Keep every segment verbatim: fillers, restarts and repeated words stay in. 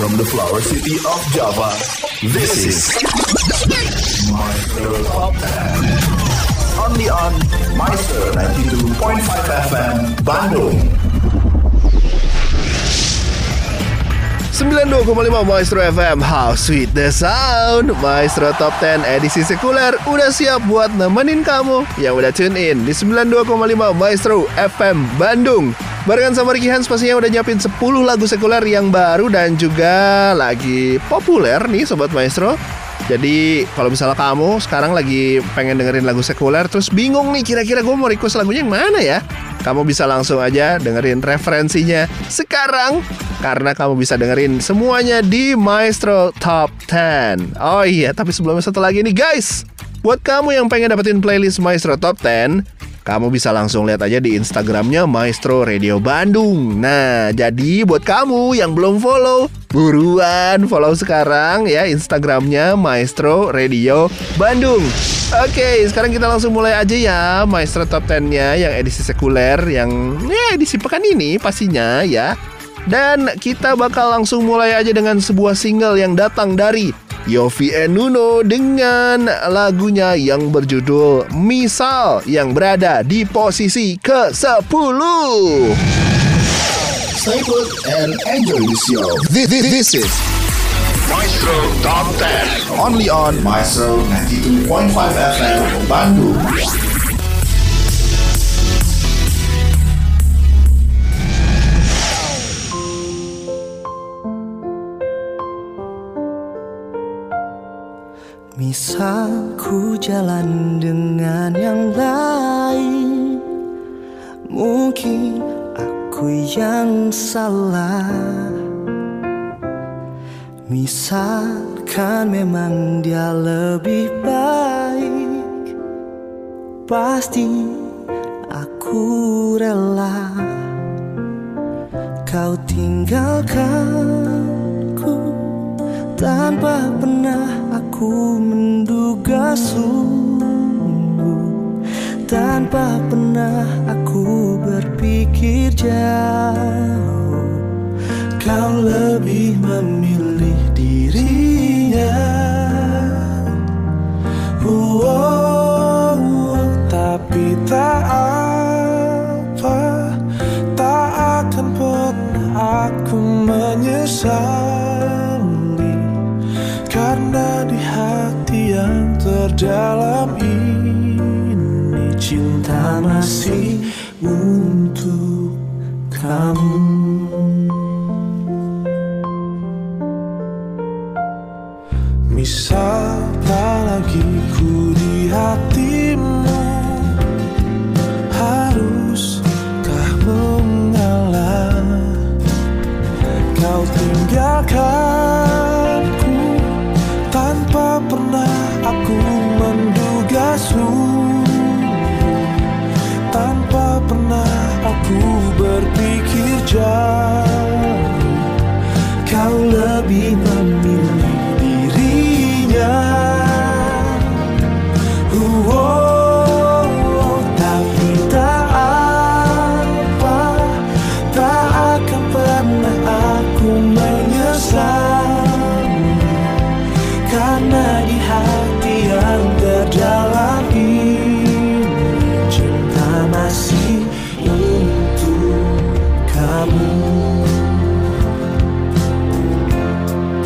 from the flower city of Java, this is Maestro Top ten. Only on Maestro ninety-two point five F M Bandung. sembilan puluh dua koma lima Maestro F M, how sweet the sound. Maestro Top ten edisi sekuler udah siap buat nemenin kamu yang udah tune in di sembilan puluh dua koma lima Maestro F M Bandung. Barengan sama Ricky Hans pastinya udah nyiapin sepuluh lagu sekuler yang baru dan juga lagi populer nih Sobat Maestro. Jadi kalau misalnya kamu sekarang lagi pengen dengerin lagu sekuler terus bingung nih kira-kira gue mau request lagunya yang mana ya, kamu bisa langsung aja dengerin referensinya sekarang, karena kamu bisa dengerin semuanya di Maestro Top ten. Oh iya, tapi sebelumnya satu lagi nih guys, buat kamu yang pengen dapetin playlist Maestro Top ten, kamu bisa langsung lihat aja di Instagramnya Maestro Radio Bandung. Nah, jadi buat kamu yang belum follow, buruan follow sekarang ya Instagramnya Maestro Radio Bandung. Oke, sekarang kita langsung mulai aja ya Maestro Top ten-nya yang edisi sekuler, yang ya edisi pekan ini pastinya ya. Dan kita bakal langsung mulai aja dengan sebuah single yang datang dari Yovie and Nuno dengan lagunya yang berjudul Misal, yang berada di posisi ke sepuluh. Stay put and enjoy this show. This, this, this is Maestro Top ten. Only on Maestro ninety-two point five F M Bandung. Misal ku jalan dengan yang lain, mungkin aku yang salah. Misalkan memang dia lebih baik, pasti aku rela kau tinggalkanku tanpa pernah aku menduga sungguh, tanpa pernah aku berpikir jauh. Kau lebih memilih dirinya. Oh, oh, oh, tapi tak apa, tak akan pernah aku menyesali, karena di hati yang terdalam ini cinta masih untuk kamu. Misal tak lagi ku di hatimu, haruskah mengalah? Kau tinggalkanku tanpa pernah aku menduga sungguh, tanpa pernah aku berpikir jauh. Kau lebih memilih dirinya. Oh, oh, oh, tapi tak apa, tak akan pernah aku menyesali, karena di hati yang terdalam ini cinta masih untuk kamu.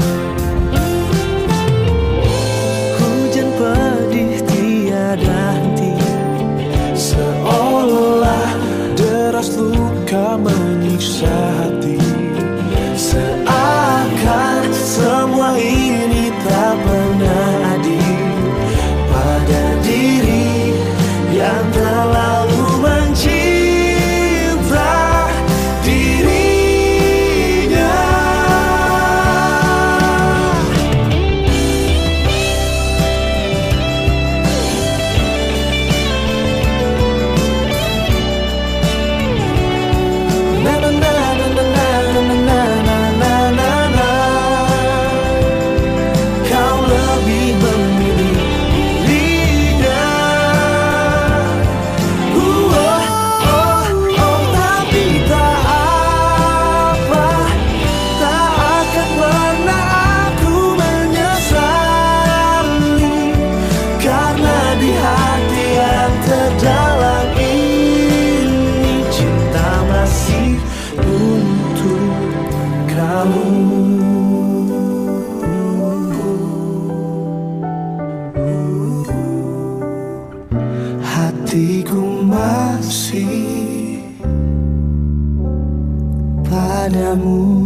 padamu. Hatiku masih padamu.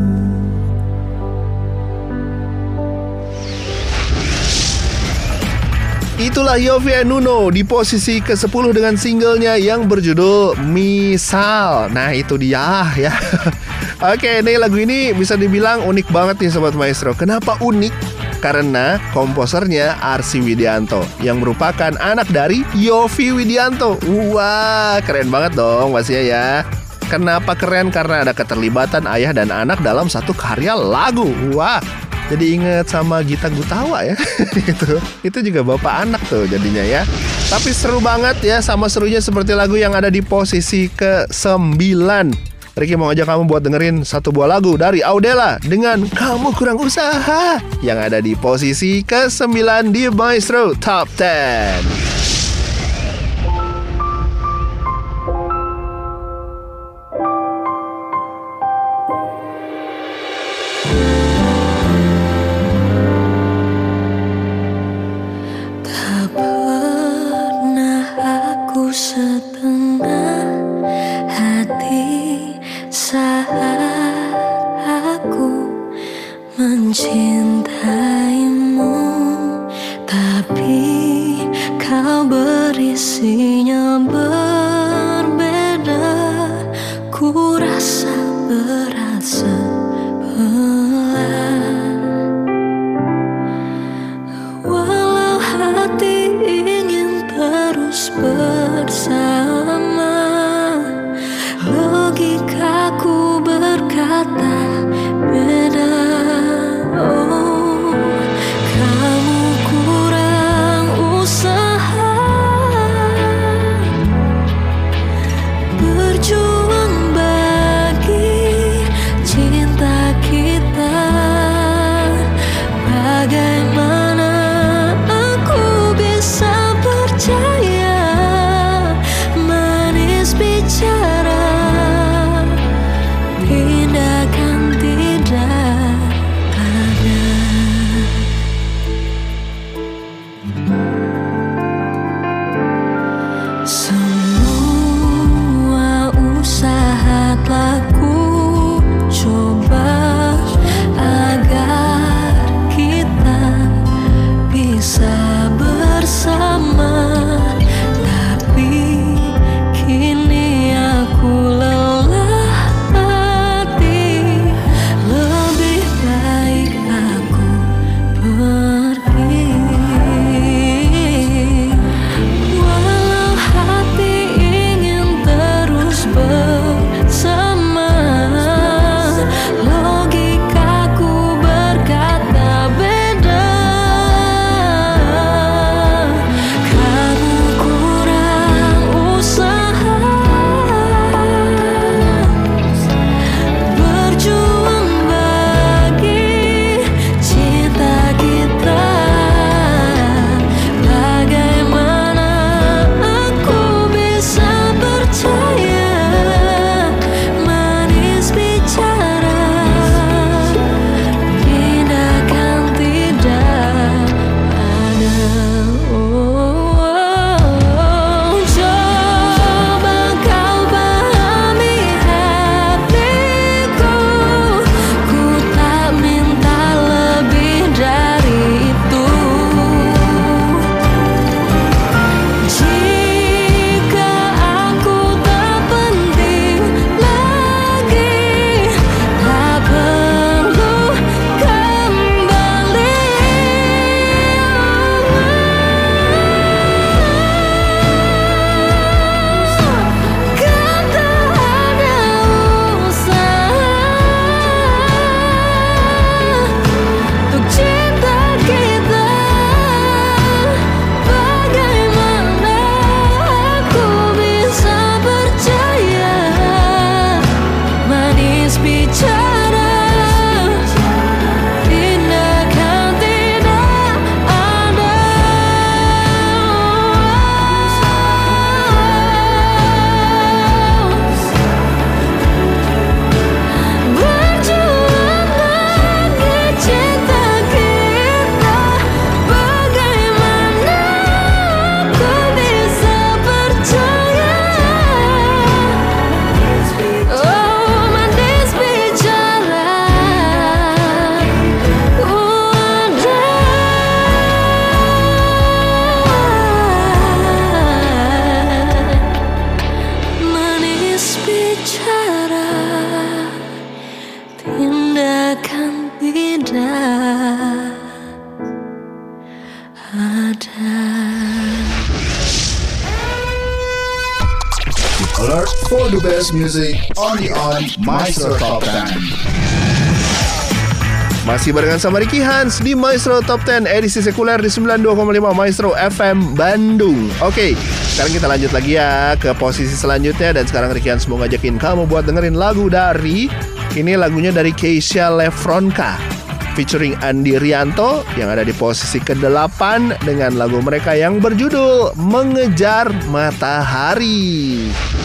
Itulah Yovie and Nuno di posisi kesepuluh dengan singlenya yang berjudul Misal. Nah itu dia ya. Oke, ini lagu ini bisa dibilang unik banget nih Sobat Maestro. Kenapa unik? Karena komposernya Arsy Widianto yang merupakan anak dari Yovie Widianto. Wah, keren banget dong pastinya ya. Kenapa keren? Karena ada keterlibatan ayah dan anak dalam satu karya lagu. Wah, jadi inget sama Gita Gutawa ya. Itu itu juga bapak anak tuh jadinya ya. Tapi seru banget ya, sama serunya seperti lagu yang ada di posisi ke sembilan. Ricky mau ngajak kamu buat dengerin satu buah lagu dari Audela dengan Kamu Kurang Usaha yang ada di posisi ke sembilan di Maestro Top sepuluh. Setengah hati saat aku mencintaimu, tapi kau berisinya berbeda. Ku rasa berat sebelah. Walau hati ingin terus bersama, logikaku berkata beda. Oh, ada, ada. Alert for the best music only on Maestro Top ten. Masih barengan sama Ricky Hans di Maestro Top ten edisi sekuler di sembilan puluh dua koma lima Maestro F M Bandung. Oke, sekarang kita lanjut lagi ya ke posisi selanjutnya. Dan sekarang Ricky Hans mau ngajakin kamu buat dengerin lagu dari, ini lagunya dari Keisha Lefronka featuring Andi Rianto yang ada di posisi kedelapan dengan lagu mereka yang berjudul Mengejar Matahari.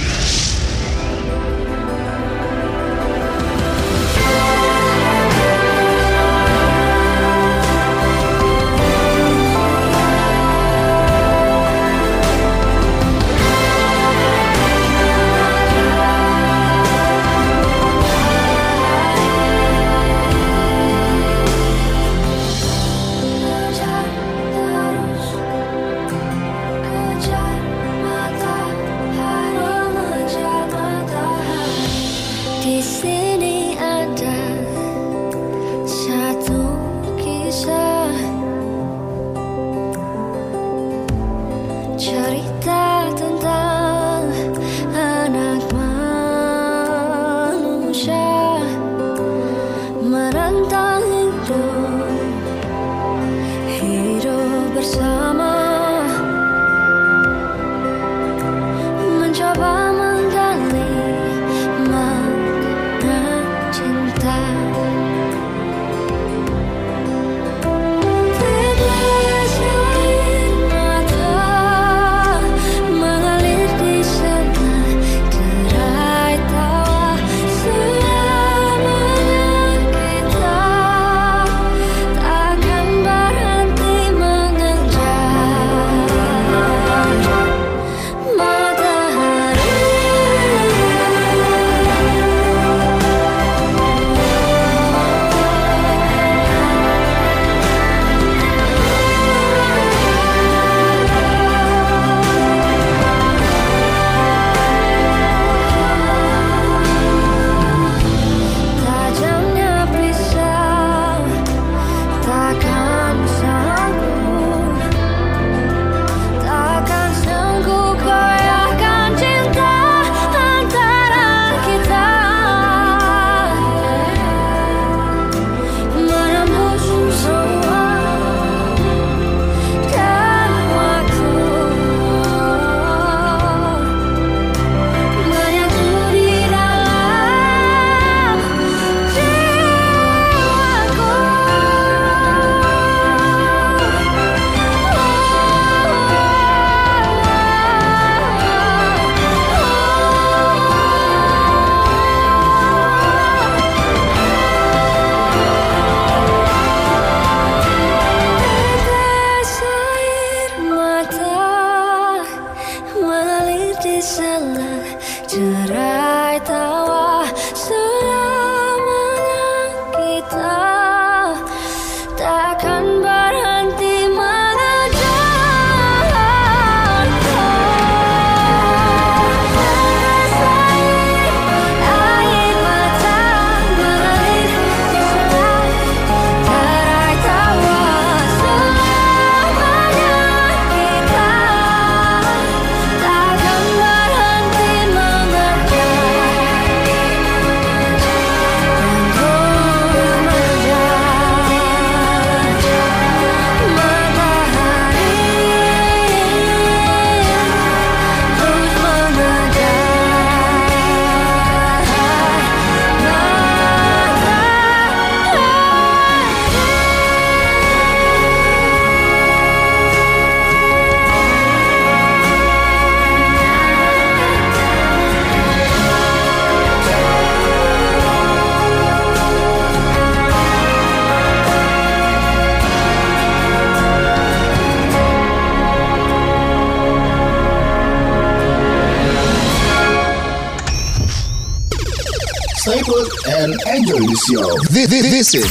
Stay put and enjoy the show. This, this, this is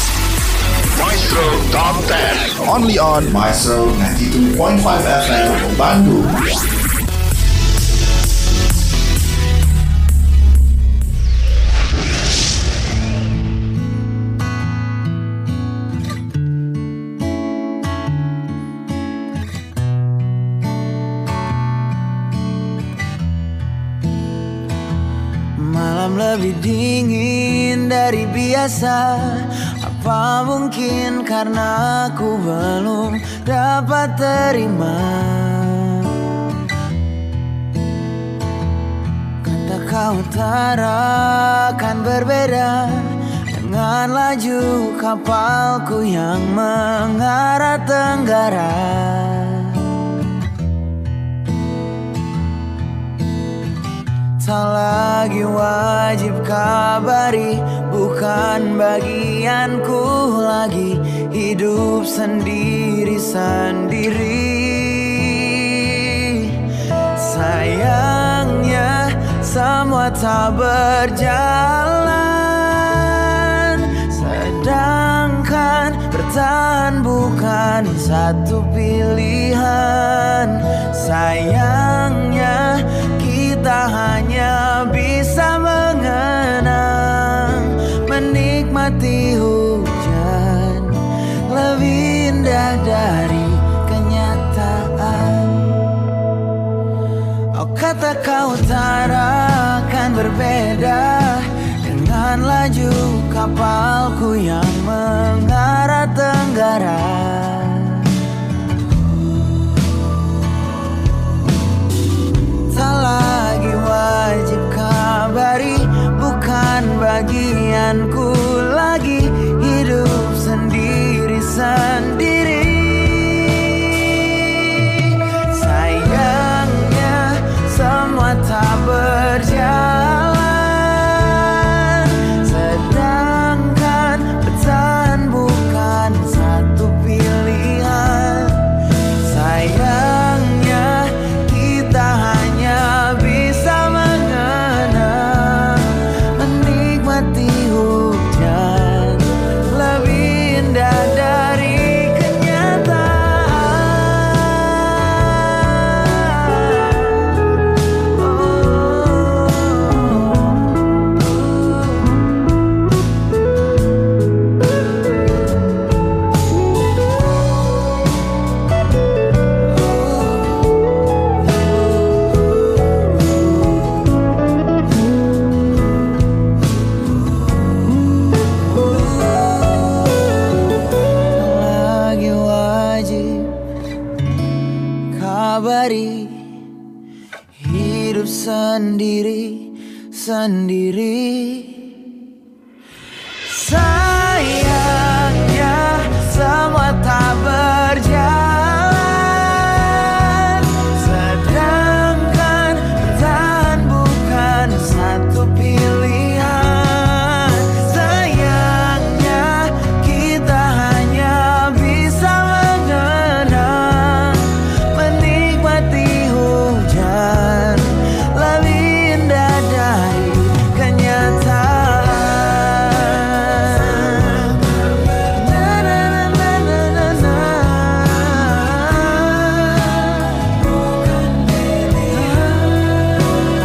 Maestro Top ten. only on Maestro ninety-two point five F M Bandung. lebih dingin dari biasa. Apa mungkin karena aku belum dapat terima. Kata kau utara kan berbeda dengan laju kapalku yang mengarah tenggara. Tak lagi wajib kabari, bukan bagianku lagi hidup sendiri-sendiri. Sayangnya semua tak berjalan, sedangkan bertahan bukan satu pilihan. Sayangnya kita hanya bisa mengenang, menikmati hujan lebih indah dari kenyataan. Oh, kata kau utara kan berbeda dengan laju kapalku yang mengarah tenggara. Tak lagi wajib kabari, bukan bagianku lagi hidup sendiri-sendiri. Sayangnya semua tak berjalan, sedangkan bertahan bukan satu pilihan. Sayangnya kita hanya bisa mengenang, menikmati hujan lebih indah dari kenyataan. Lagi wajib kabari, hidup sendiri-sendiri. Sayangnya semua tak berjalan, sedangkan bertahan bukan satu pilihan. Sayangnya kita hanya bisa mengenang, menikmati hujan lebih indah dari kenyataan. Na, na, na, na, na, na, na. Bukan pilihan.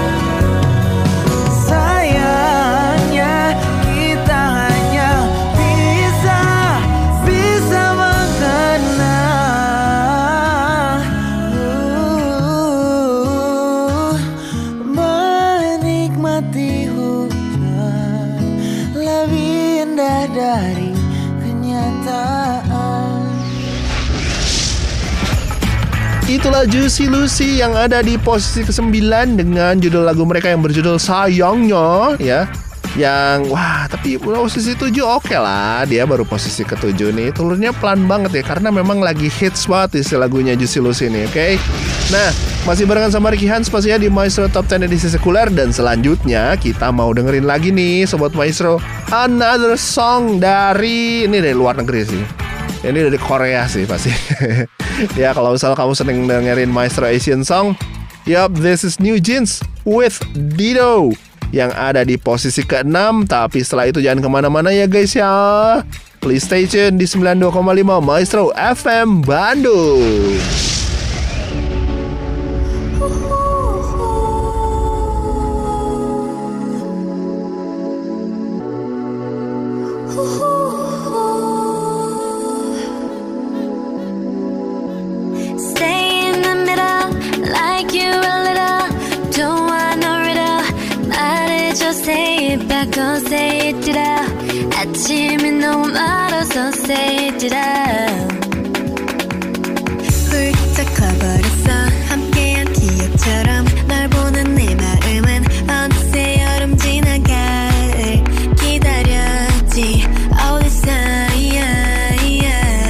Sayangnya kita hanya bisa, bisa mengenang, uh, menikmati hujan lebih indah dari kenyataan. Itulah Juicy Lucy yang ada di posisi kesembilan dengan judul lagu mereka yang berjudul Sayangnya, ya. Yang wah, tapi posisi tujuh oke lah, dia baru posisi ketujuh nih. Turunnya pelan banget ya, karena memang lagi hits banget isi lagunya Juicy Lucy nih, oke. Nah, masih barengan sama Ricky Hans pastinya di Maestro Top sepuluh edisi sekuler. Dan selanjutnya kita mau dengerin lagi nih Sobat Maestro, another song dari, ini dari luar negeri sih. Ini dari Korea sih pasti. Ya, kalau misalnya kamu seneng dengerin Maestro Asian Song, yup, this is New Jeans with Dido yang ada di posisi keenam. Tapi setelah itu jangan kemana-mana ya guys ya. Please stay tune di sembilan puluh dua koma lima Maestro F M Bandung. Say it 아침이 너무 멀어서 say it out. 훌쩍 커버렸어 함께한 기억처럼 널 보는 내 마음은 어느새 여름 지나 가을 기다렸지 all this time.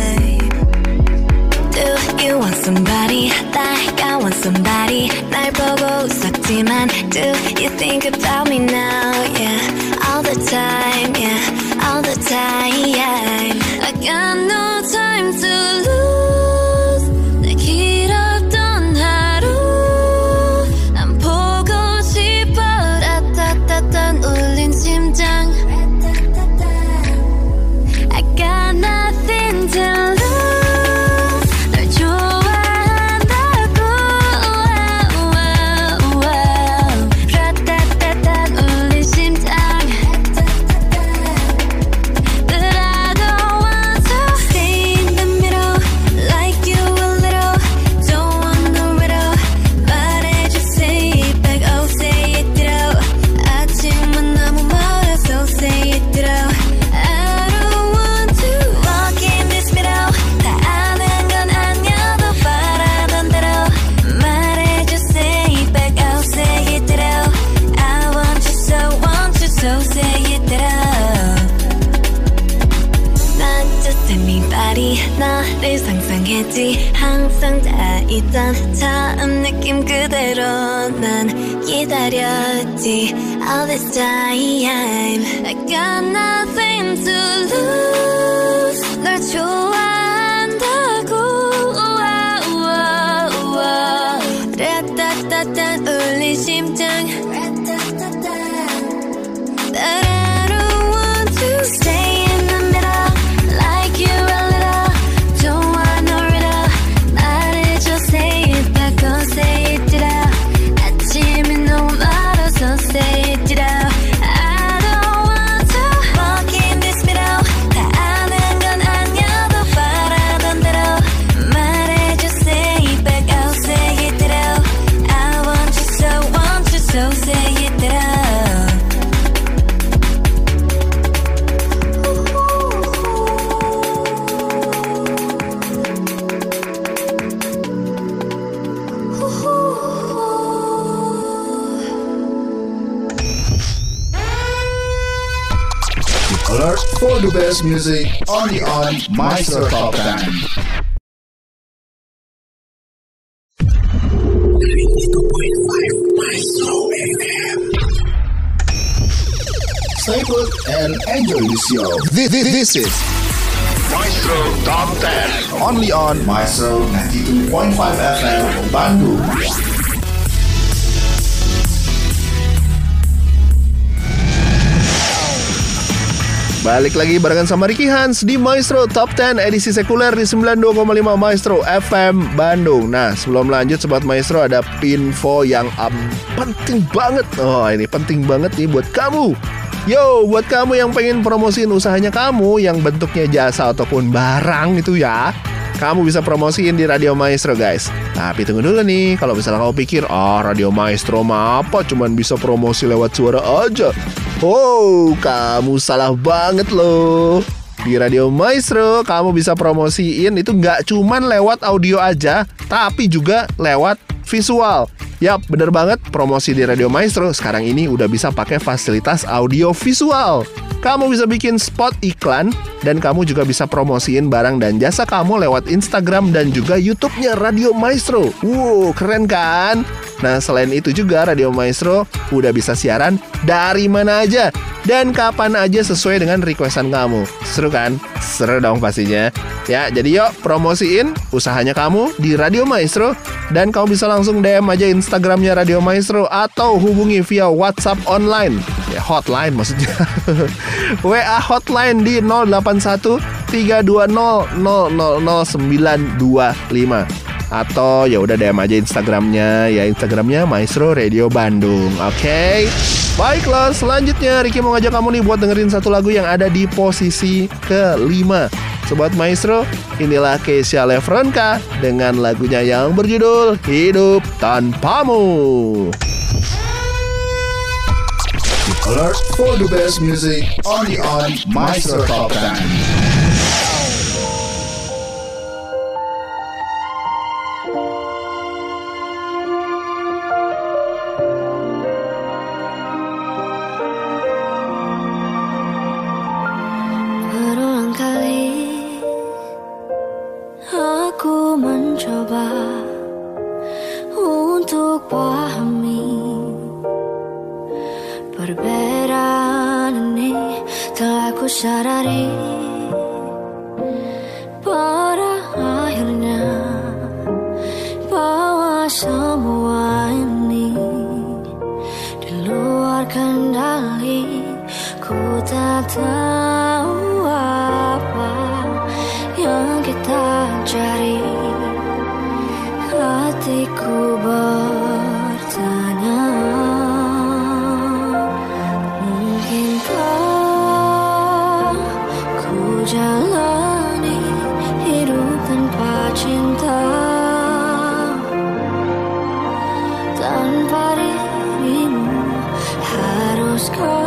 Do you want somebody like I want somebody 날 보고 웃었지만 do you think about me now yeah all the time yeah all the time I got no time to lose 내 길었던 하루 난 보고 싶어 라따따따 울린 심장 I got nothing to lose 널 좋아한다고 라따따따 울린 심장 But I don't want to stay in the middle like you a little don't want no riddle 말해줘 say it back oh say it through 아침은 너무 멀어서 say it through I don't want to walk in this middle 다 아는 건 아니어도 바라던 대로 말해줘 say it back oh say it through I want you so want you so say it through Not just anybody 너를 상상했지 항상 다 있던 처음 느낌 그대로 난 기다렸지 all this time I got nothing to lose 널 좋아한다고 라따따따 울린 심장 But I don't want to stay in the middle like you a little don't want no riddle 말해줘 say it back oh say it through 아침이 너무 멀어서 say it through I don't want to walk in this middle 다 아는 건 아니어도 바라던 대로 말해줘 say it back oh say it through I want you so want you so say it through Alert for the best music only on Maestro Top ten. Stay put and enjoy the show. This, this, this is Maestro Top ten. only on Maestro ninety-two point five F M Bandung. Balik lagi barengan sama Ricky Hans di Maestro Top ten edisi sekuler di sembilan puluh dua koma lima Maestro F M Bandung. Nah, sebelum lanjut Sobat Maestro ada info yang um, penting banget. Oh, ini penting banget nih buat kamu. Yo, buat kamu yang pengen promosiin usahanya kamu yang bentuknya jasa ataupun barang itu ya, kamu bisa promosiin di Radio Maestro guys. Tapi tunggu dulu nih, kalau misalnya kamu pikir ah Radio Maestro mah apa cuman bisa promosi lewat suara aja. Oh, kamu salah banget loh. Di Radio Maestro kamu bisa promosiin itu nggak cuman lewat audio aja, tapi juga lewat visual. Yap, bener banget, promosi di Radio Maestro sekarang ini udah bisa pakai fasilitas audio visual. Kamu bisa bikin spot iklan dan kamu juga bisa promosiin barang dan jasa kamu lewat Instagram dan juga YouTube-nya Radio Maestro. Wow, keren kan? Nah, selain itu juga Radio Maestro udah bisa siaran dari mana aja dan kapan aja sesuai dengan requestan kamu. Seru kan? Seru dong pastinya. Ya, jadi yuk promosiin usahanya kamu di Radio Maestro dan kamu bisa langsung D M aja Instagramnya Radio Maestro atau hubungi via WhatsApp online. Ya, hotline maksudnya. W A hotline di nol delapan satu tiga dua nol nol nol nol sembilan dua lima. Atau ya udah D M aja Instagramnya, ya Instagramnya Maestro Radio Bandung. Oke, okay? Baiklah, selanjutnya Ricky mau ngajak kamu nih buat dengerin satu lagu yang ada di posisi kelima. Sobat Maestro, inilah Keisha Lefronka dengan lagunya yang berjudul Hidup Tanpamu. Alert for the best music only on Maestro Top ten. Berulang kali aku mencoba untuk pahami perbedaan ini, telah ku sadari pada akhirnya bahwa semua ini di luar kendali. Ku tak tahu apa yang kita cari. Hatiku bertanya, mungkinkah ku jalani hidup tanpa cinta, tanpa dirimu? Haruskah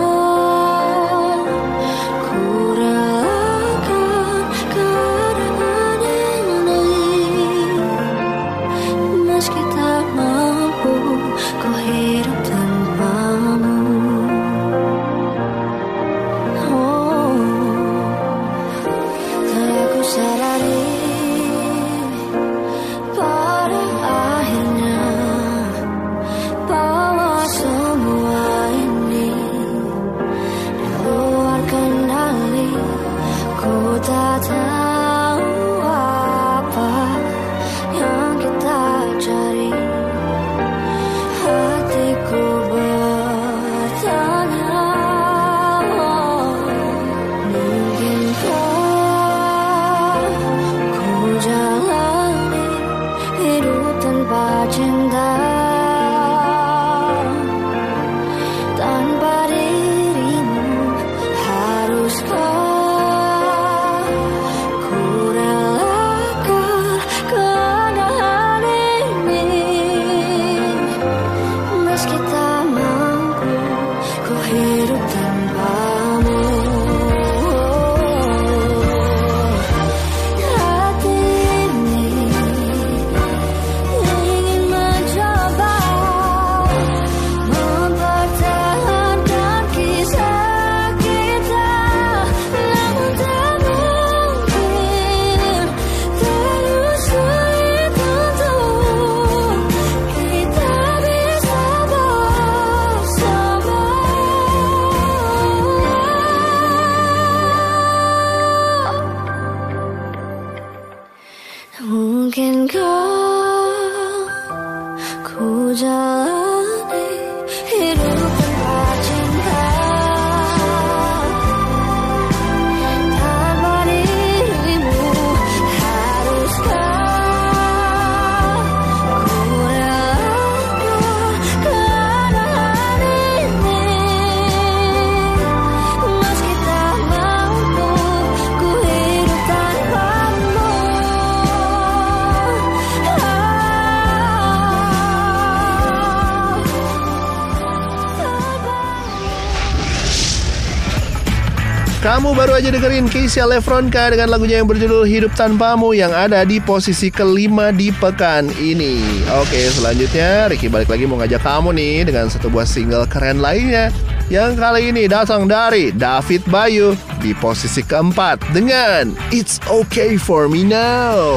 Kamu baru aja dengerin Keisha Lefronka dengan lagunya yang berjudul Hidup Tanpamu yang ada di posisi kelima di pekan ini. Oke, selanjutnya Ricky balik lagi mau ngajak kamu nih dengan satu buah single keren lainnya yang kali ini datang dari David Bayu di posisi keempat dengan It's Okay For Me Now.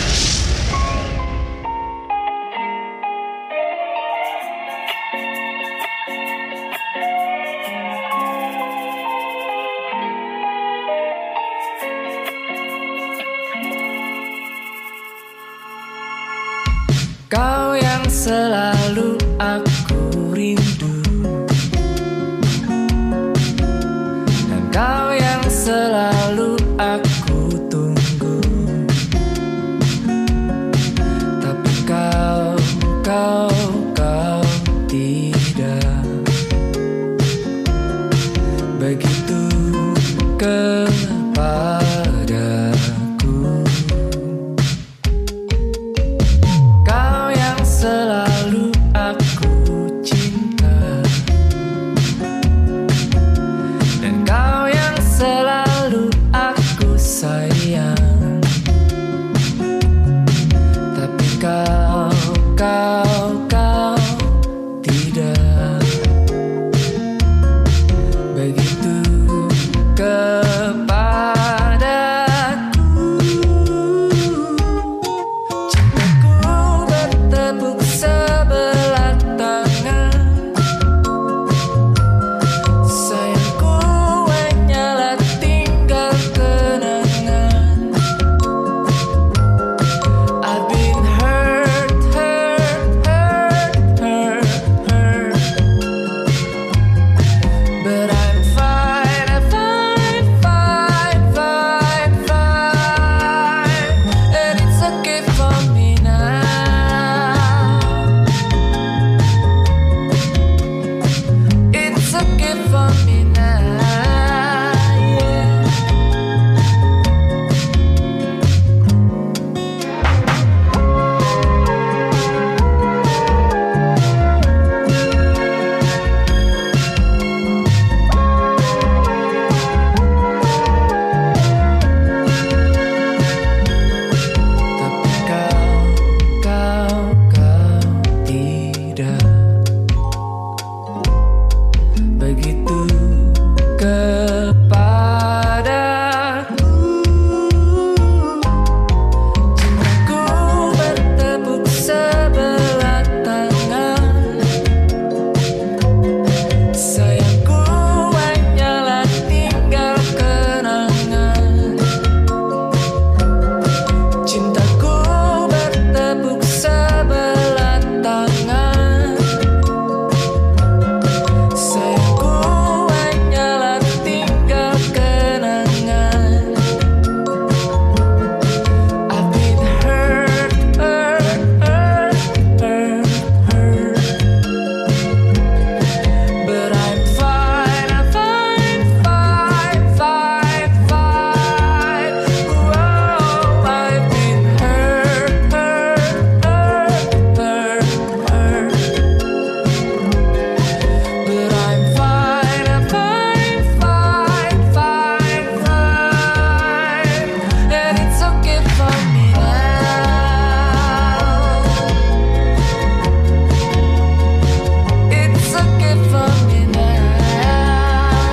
Kau yang selalu aku rindu, dan kau yang selalu aku tunggu. Tapi kau, kau, kau tidak begitu kepadaku. Kau yang selalu aku sayang. Tapi kau, kau, kau tidak begitu kepadaku. Cintaku bertepuk sebelah tangan. Sayangku hanyalah tinggal kenangan. I've been hurt, hurt, hurt, hurt, hurt. But I'm fine, I'm fine, fine, fine, fine. And it's okay for me now. It's okay for me now, yeah. Tapi kau, kau, kau tidak begitu kepadaku. Cintaku bertepuk sebelah tangan. Sayangku hanyalah tinggal kenangan. Cintaku bertepuk sebelah tangan. Sayangku hanyalah tinggal kenangan. I've been hurt, hurt, hurt, hurt, hurt. But I'm fine, I'm fine, fine, fine, fine. Whoa, I've been hurt, hurt, hurt, hurt, hurt. But I'm fine, I'm fine, fine, fine, fine. And it's okay for me now. It's okay for me now,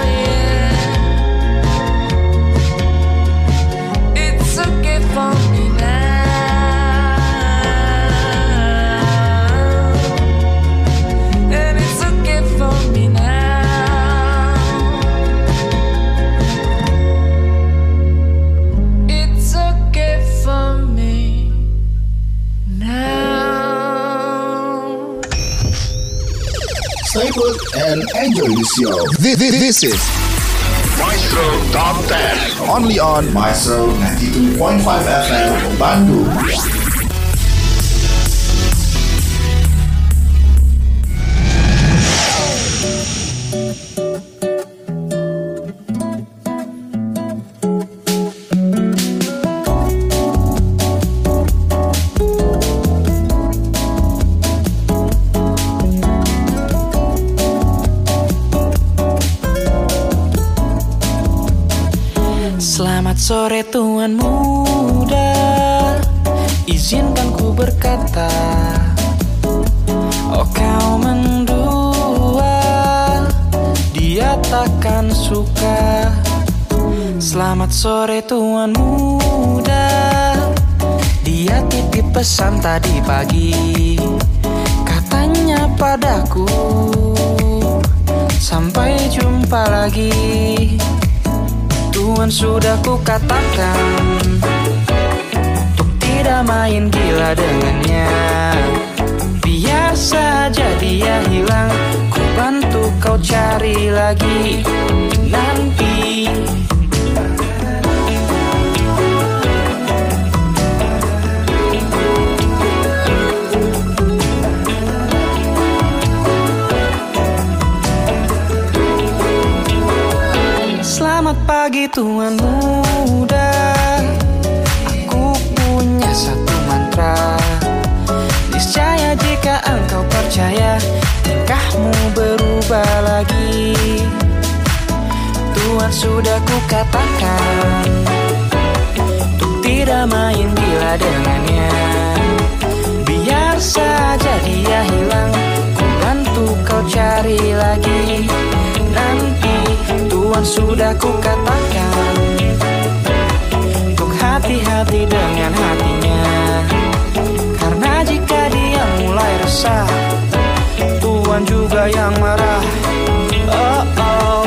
yeah. It's okay for me now. And it's okay for me now. It's okay for me now. Stay put and enjoy the show. This, this, this is Maestro Top ten. only on Maestro ninety-two point five F M Bandung. Selamat sore tuan muda, izinkan ku berkata, oh kau mendua, dia takkan suka. Selamat sore tuan muda, dia titip pesan tadi pagi, katanya padaku, sampai jumpa lagi. Tuhan sudah ku katakan untuk tidak main gila dengannya. Biar saja dia hilang, ku bantu kau cari lagi nanti. Selamat pagi tuan muda, aku punya satu mantra. Niscaya jika engkau percaya, tingkahmu berubah lagi. Tuhan sudah ku katakan tidak main gila dengannya. Biar saja dia hilang, ku bantu kau cari lagi. Nanti Tuhan sudah ku katakan untuk hati-hati dengan hatinya. Karena jika dia mulai resah, Tuhan juga yang marah. Oh oh.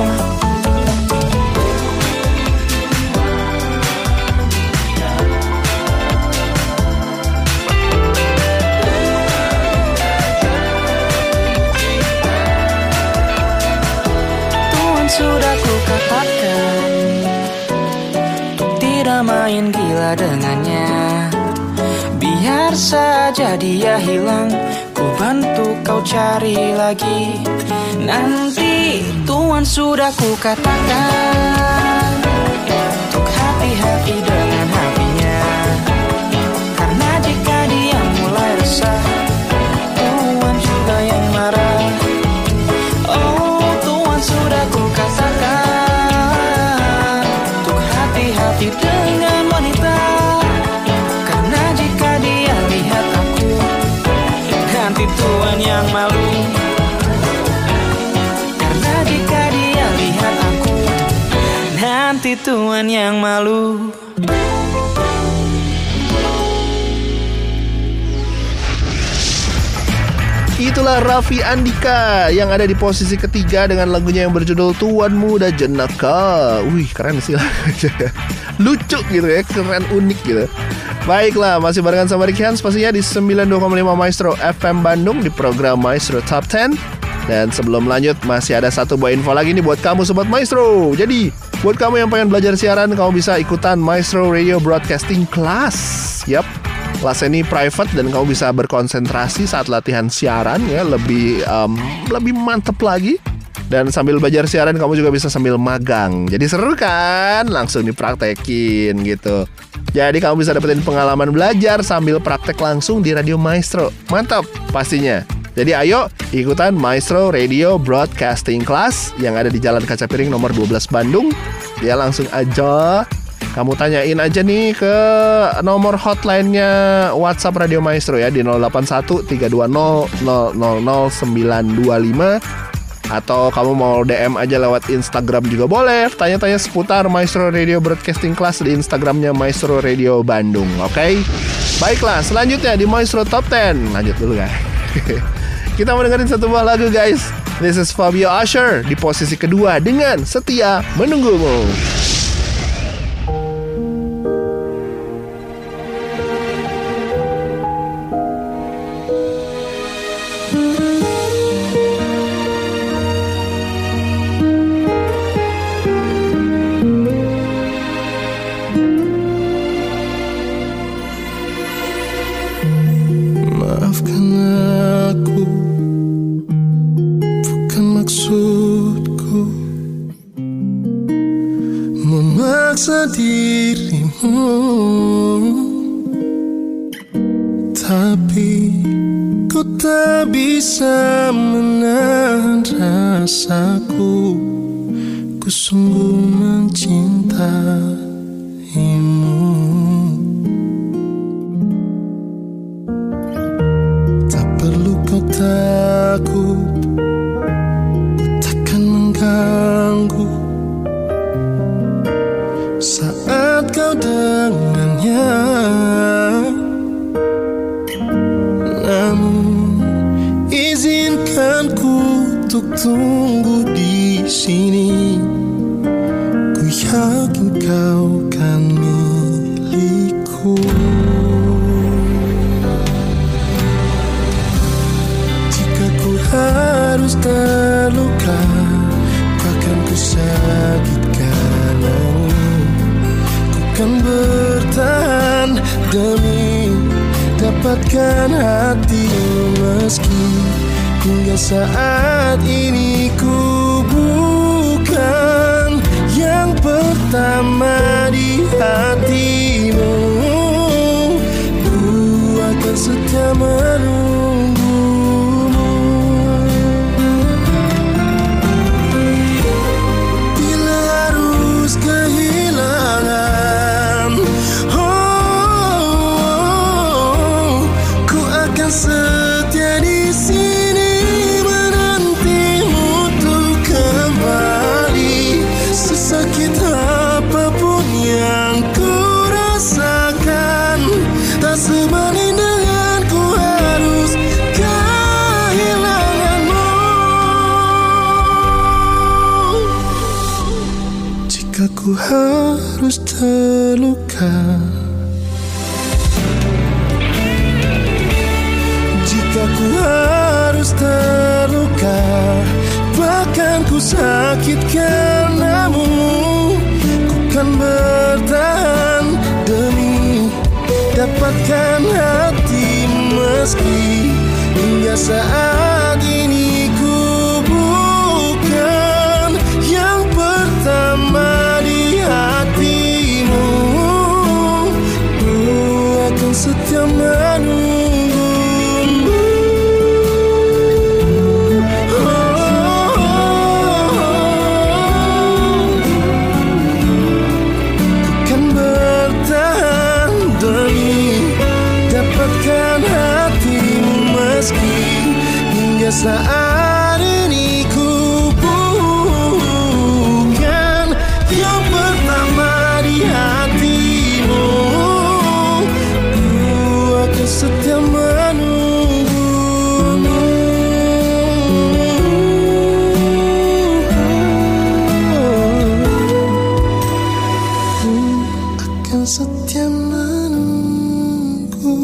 Tuhan sudah ku katakan untuk tidak main gila dengannya. Biar saja dia hilang, ku bantu kau cari lagi. Nanti Tuhan sudah ku katakan untuk hati-hati dengan hatinya. Karena jika dia mulai resah, Tuhan juga yang marah. Oh, Tuhan sudah ku katakan untuk hati-hati dengan wanita. Karena jika dia lihat aku, nanti Tuhan yang malu. Karena jika dia lihat aku, nanti Tuhan yang malu. Itulah Raffi Andika yang ada di posisi ketiga dengan lagunya yang berjudul Tuan Muda Jenaka. Wih, keren sih lagunya. Lucu gitu ya, keren, unik gitu. Baiklah, masih barengan sama Ricky Hans pastinya di sembilan puluh dua koma lima Maestro F M Bandung di program Maestro Top sepuluh. Dan sebelum lanjut, masih ada satu buah info lagi nih buat kamu Sobat Maestro. Jadi, buat kamu yang pengen belajar siaran, kamu bisa ikutan Maestro Radio Broadcasting Class. Yap, kelas ini private dan kamu bisa berkonsentrasi saat latihan siaran ya, lebih um, lebih mantep lagi. Dan sambil belajar siaran kamu juga bisa sambil magang. Jadi seru kan? Langsung dipraktekin gitu. Jadi kamu bisa dapetin pengalaman belajar sambil praktek langsung di Radio Maestro. Mantap pastinya. Jadi ayo ikutan Maestro Radio Broadcasting Class yang ada di Jalan Kaca Piring nomor dua belas Bandung. Ya langsung aja kamu tanyain aja nih ke nomor hotline-nya WhatsApp Radio Maestro ya di nol delapan satu tiga dua nol nol nol nol sembilan dua lima. Atau kamu mau D M aja lewat Instagram juga boleh. Tanya-tanya seputar Maestro Radio Broadcasting Class di Instagramnya Maestro Radio Bandung. Oke okay? Baiklah, selanjutnya di Maestro Top sepuluh. Lanjut dulu guys. Kita mau dengerin satu buah lagu guys. This is Fabio Asher di posisi kedua dengan Setia Menunggumu. Dirimu, tapi ku tak bisa menahan rasaku. Ku sungguh mencintaimu. Tak perlu kau takut, ku takkan mengganggu saat kau dengannya. Namun izinkan ku untuk tunggu di sini. Ku yakin kau kan milikku. Jika ku harus terluka, ku akan ku sakitkanmu. Kan bertahan demi dapatkan hatimu, meski hingga saat ini ku bukan yang pertama di hatimu. Ku akan setia menunggumu. Bila harus kehilangan, oh harus terluka. Jika ku harus terluka, bahkan ku sakit karenamu, ku kan bertahan demi dapatkan hati meski hingga saat ini ku bukan yang pertama di hatimu. Ku akan setia menunggu. Saat ini ku bukan yang pertama di hatimu. Ku akan setia menunggumu. Ku akan setia menunggu.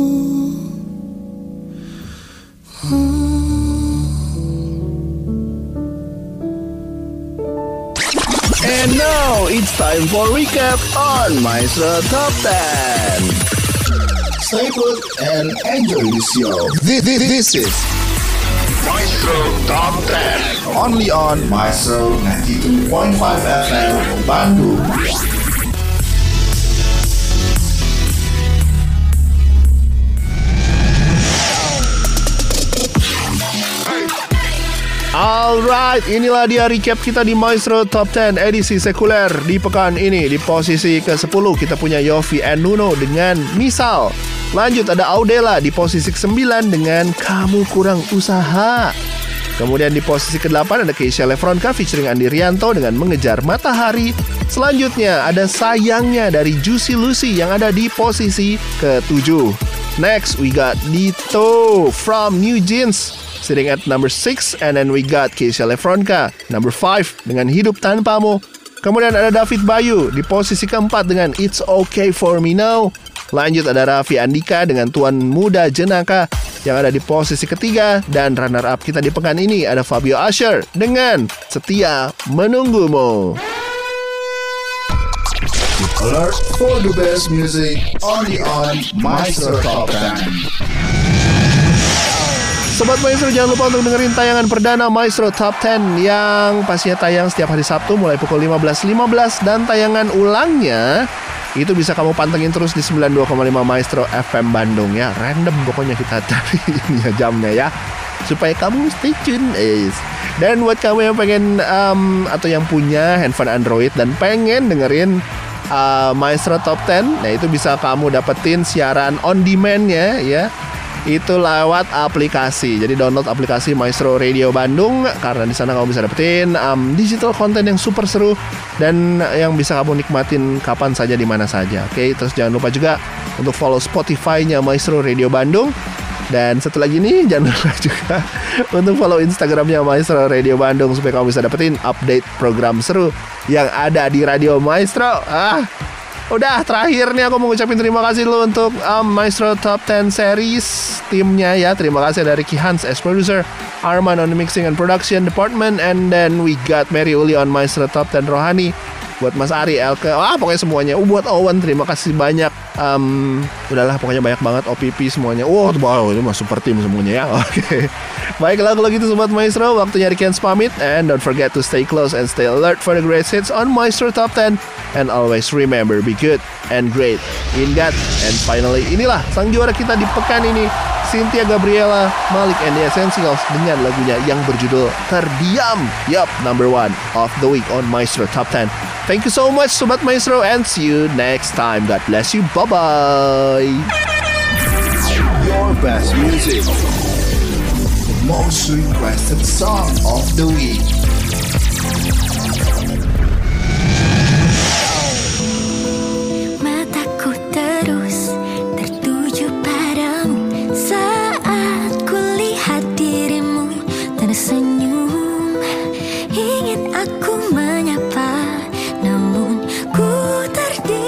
And now it's time for recap on Maestro Top ten. Stay put and enjoy the show. This, this, this is Maestro Top ten. only on Maestro ninety-two point five F M Bandung. Alright, inilah dia recap kita di Maestro Top ten edisi sekuler di pekan ini. Di posisi ke sepuluh kita punya Yofi and Nuno dengan Misal. Lanjut ada Audela di posisi ke sembilan dengan Kamu Kurang Usaha. Kemudian di posisi ke delapan ada Keisha Lefronka featuring Andi Rianto dengan Mengejar Matahari. Selanjutnya ada Sayangnya dari Juicy Lucy yang ada di posisi ke tujuh. Next we got Dito from New Jeans sitting at number six, and then we got Keisha Lefronka number five dengan Hidup Tanpamu. Kemudian ada David Bayu di posisi keempat dengan It's Okay For Me Now. Lanjut ada Raffi Andika dengan Tuan Muda Jenaka yang ada di posisi ketiga, dan runner up kita di pekan ini ada Fabio Asher dengan Setia Menunggumu. Alert for the best music only on Maestro Top ten. Sobat Maestro, jangan lupa untuk dengerin tayangan perdana Maestro Top ten yang pastinya tayang setiap hari Sabtu mulai pukul lima belas lima belas, dan tayangan ulangnya itu bisa kamu pantengin terus di sembilan puluh dua koma lima Maestro F M Bandung ya. Random pokoknya kita cari ini ya jamnya ya, supaya kamu stay tune. Yes. Dan buat kamu yang pengen um, atau yang punya handphone Android dan pengen dengerin uh, Maestro Top ten, nah itu bisa kamu dapetin siaran on demand-nya ya. Itu lewat aplikasi. Jadi download aplikasi Maestro Radio Bandung, karena di sana kamu bisa dapetin um, digital content yang super seru dan yang bisa kamu nikmatin kapan saja di mana saja. Oke, terus jangan lupa juga untuk follow Spotify-nya Maestro Radio Bandung. Dan satu lagi nih, jangan lupa juga untuk follow Instagramnya Maestro Radio Bandung supaya kamu bisa dapetin update program seru yang ada di Radio Maestro. Ah, udah terakhir nih aku mau ngucapin terima kasih dulu untuk um, Maestro Top ten Series timnya ya. Terima kasih dari Ki Hans as producer, Arman on the mixing and production department, and then we got Mary Uli on Maestro Top ten Rohani. Buat Mas Ari, Elke, wah pokoknya semuanya. Uh, buat Owen, terima kasih banyak. Um, udahlah pokoknya banyak banget O P P semuanya. Wow, wow itu mah super tim semuanya ya. Oke. Okay. Baiklah kalau gitu Sobat Maestro, waktunya Rikians pamit, and don't forget to stay close and stay alert for the great hits on Maestro Top ten, and always remember be good and great in God. And finally inilah sang juara kita di pekan ini, Cynthia Gabriela Malik and the Essentials dengan lagunya yang berjudul Terdiam. Yup, number one of the week on Maestro Top ten. Thank you so much Sobat Maestro, and see you next time. God bless you. Bye-bye. Your best music, most requested song of the week. Mataku terus tertuju padamu saat kulihat dirimu tersenyum. Ingin aku menyapa, namun ku terdiam.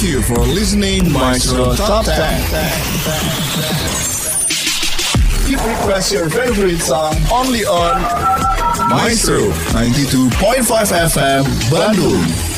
Thank you for listening Maestro Top ten. Keep request your favorite song only on Maestro ninety-two point five F M Bandung.